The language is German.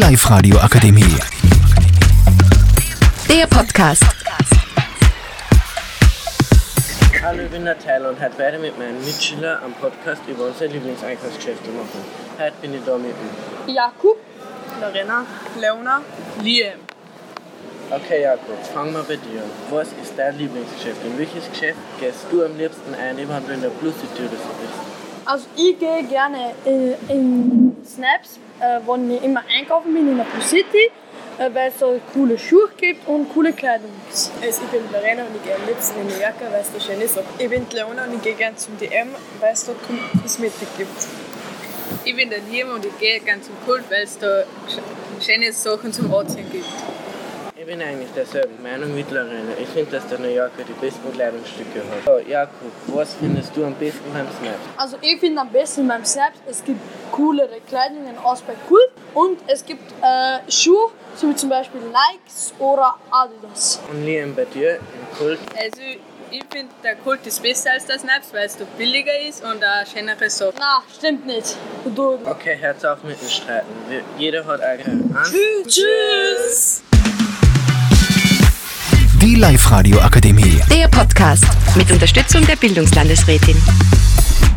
Live-Radio Akademie. Der Podcast. Hallo, ich bin der Tyler und heute werde ich mit meinen Mitschülern am Podcast über unser Lieblingseinkaufsgeschäft machen. Heute bin ich da mit dem Jakub, Lorena, Leona, Liam. Okay, Jakob, fangen wir bei dir an. Was ist dein Lieblingsgeschäft? In welches Geschäft gehst du am liebsten ein, wenn du in der Plus-Tür so bist? Also ich gehe gerne in Snaps, wo ich immer einkaufen bin in der Plus City, weil es so coole Schuhe gibt und coole Kleidung gibt. Also ich bin Lorena und ich gehe am liebsten in New York, weil es da schön ist. Ich bin Leona und ich gehe gerne zum DM, weil es da Kosmetik gibt. Ich bin der Liam und ich gehe gerne zum Kult, weil es da schöne Sachen zum Anziehen gibt. Ich bin eigentlich derselben Meinung wie Lorena. Ich finde, dass der New Yorker die besten Kleidungsstücke hat. So, Jakob, was findest du am besten beim Snap? Also ich finde am besten beim Snaps, es gibt coolere Kleidungen aus bei Kult und es gibt Schuhe, so wie zum Beispiel Nikes oder Adidas. Und Liam, bei dir im Kult? Also ich finde, der Kult ist besser als der Snaps, weil es da billiger ist und auch schönere Sachen. Na, stimmt nicht. Du. Okay, hört auf mit dem Streiten. Jeder hat eigene Tschüss! Die Live-Radio Akademie. Der Podcast mit Unterstützung der Bildungslandesrätin.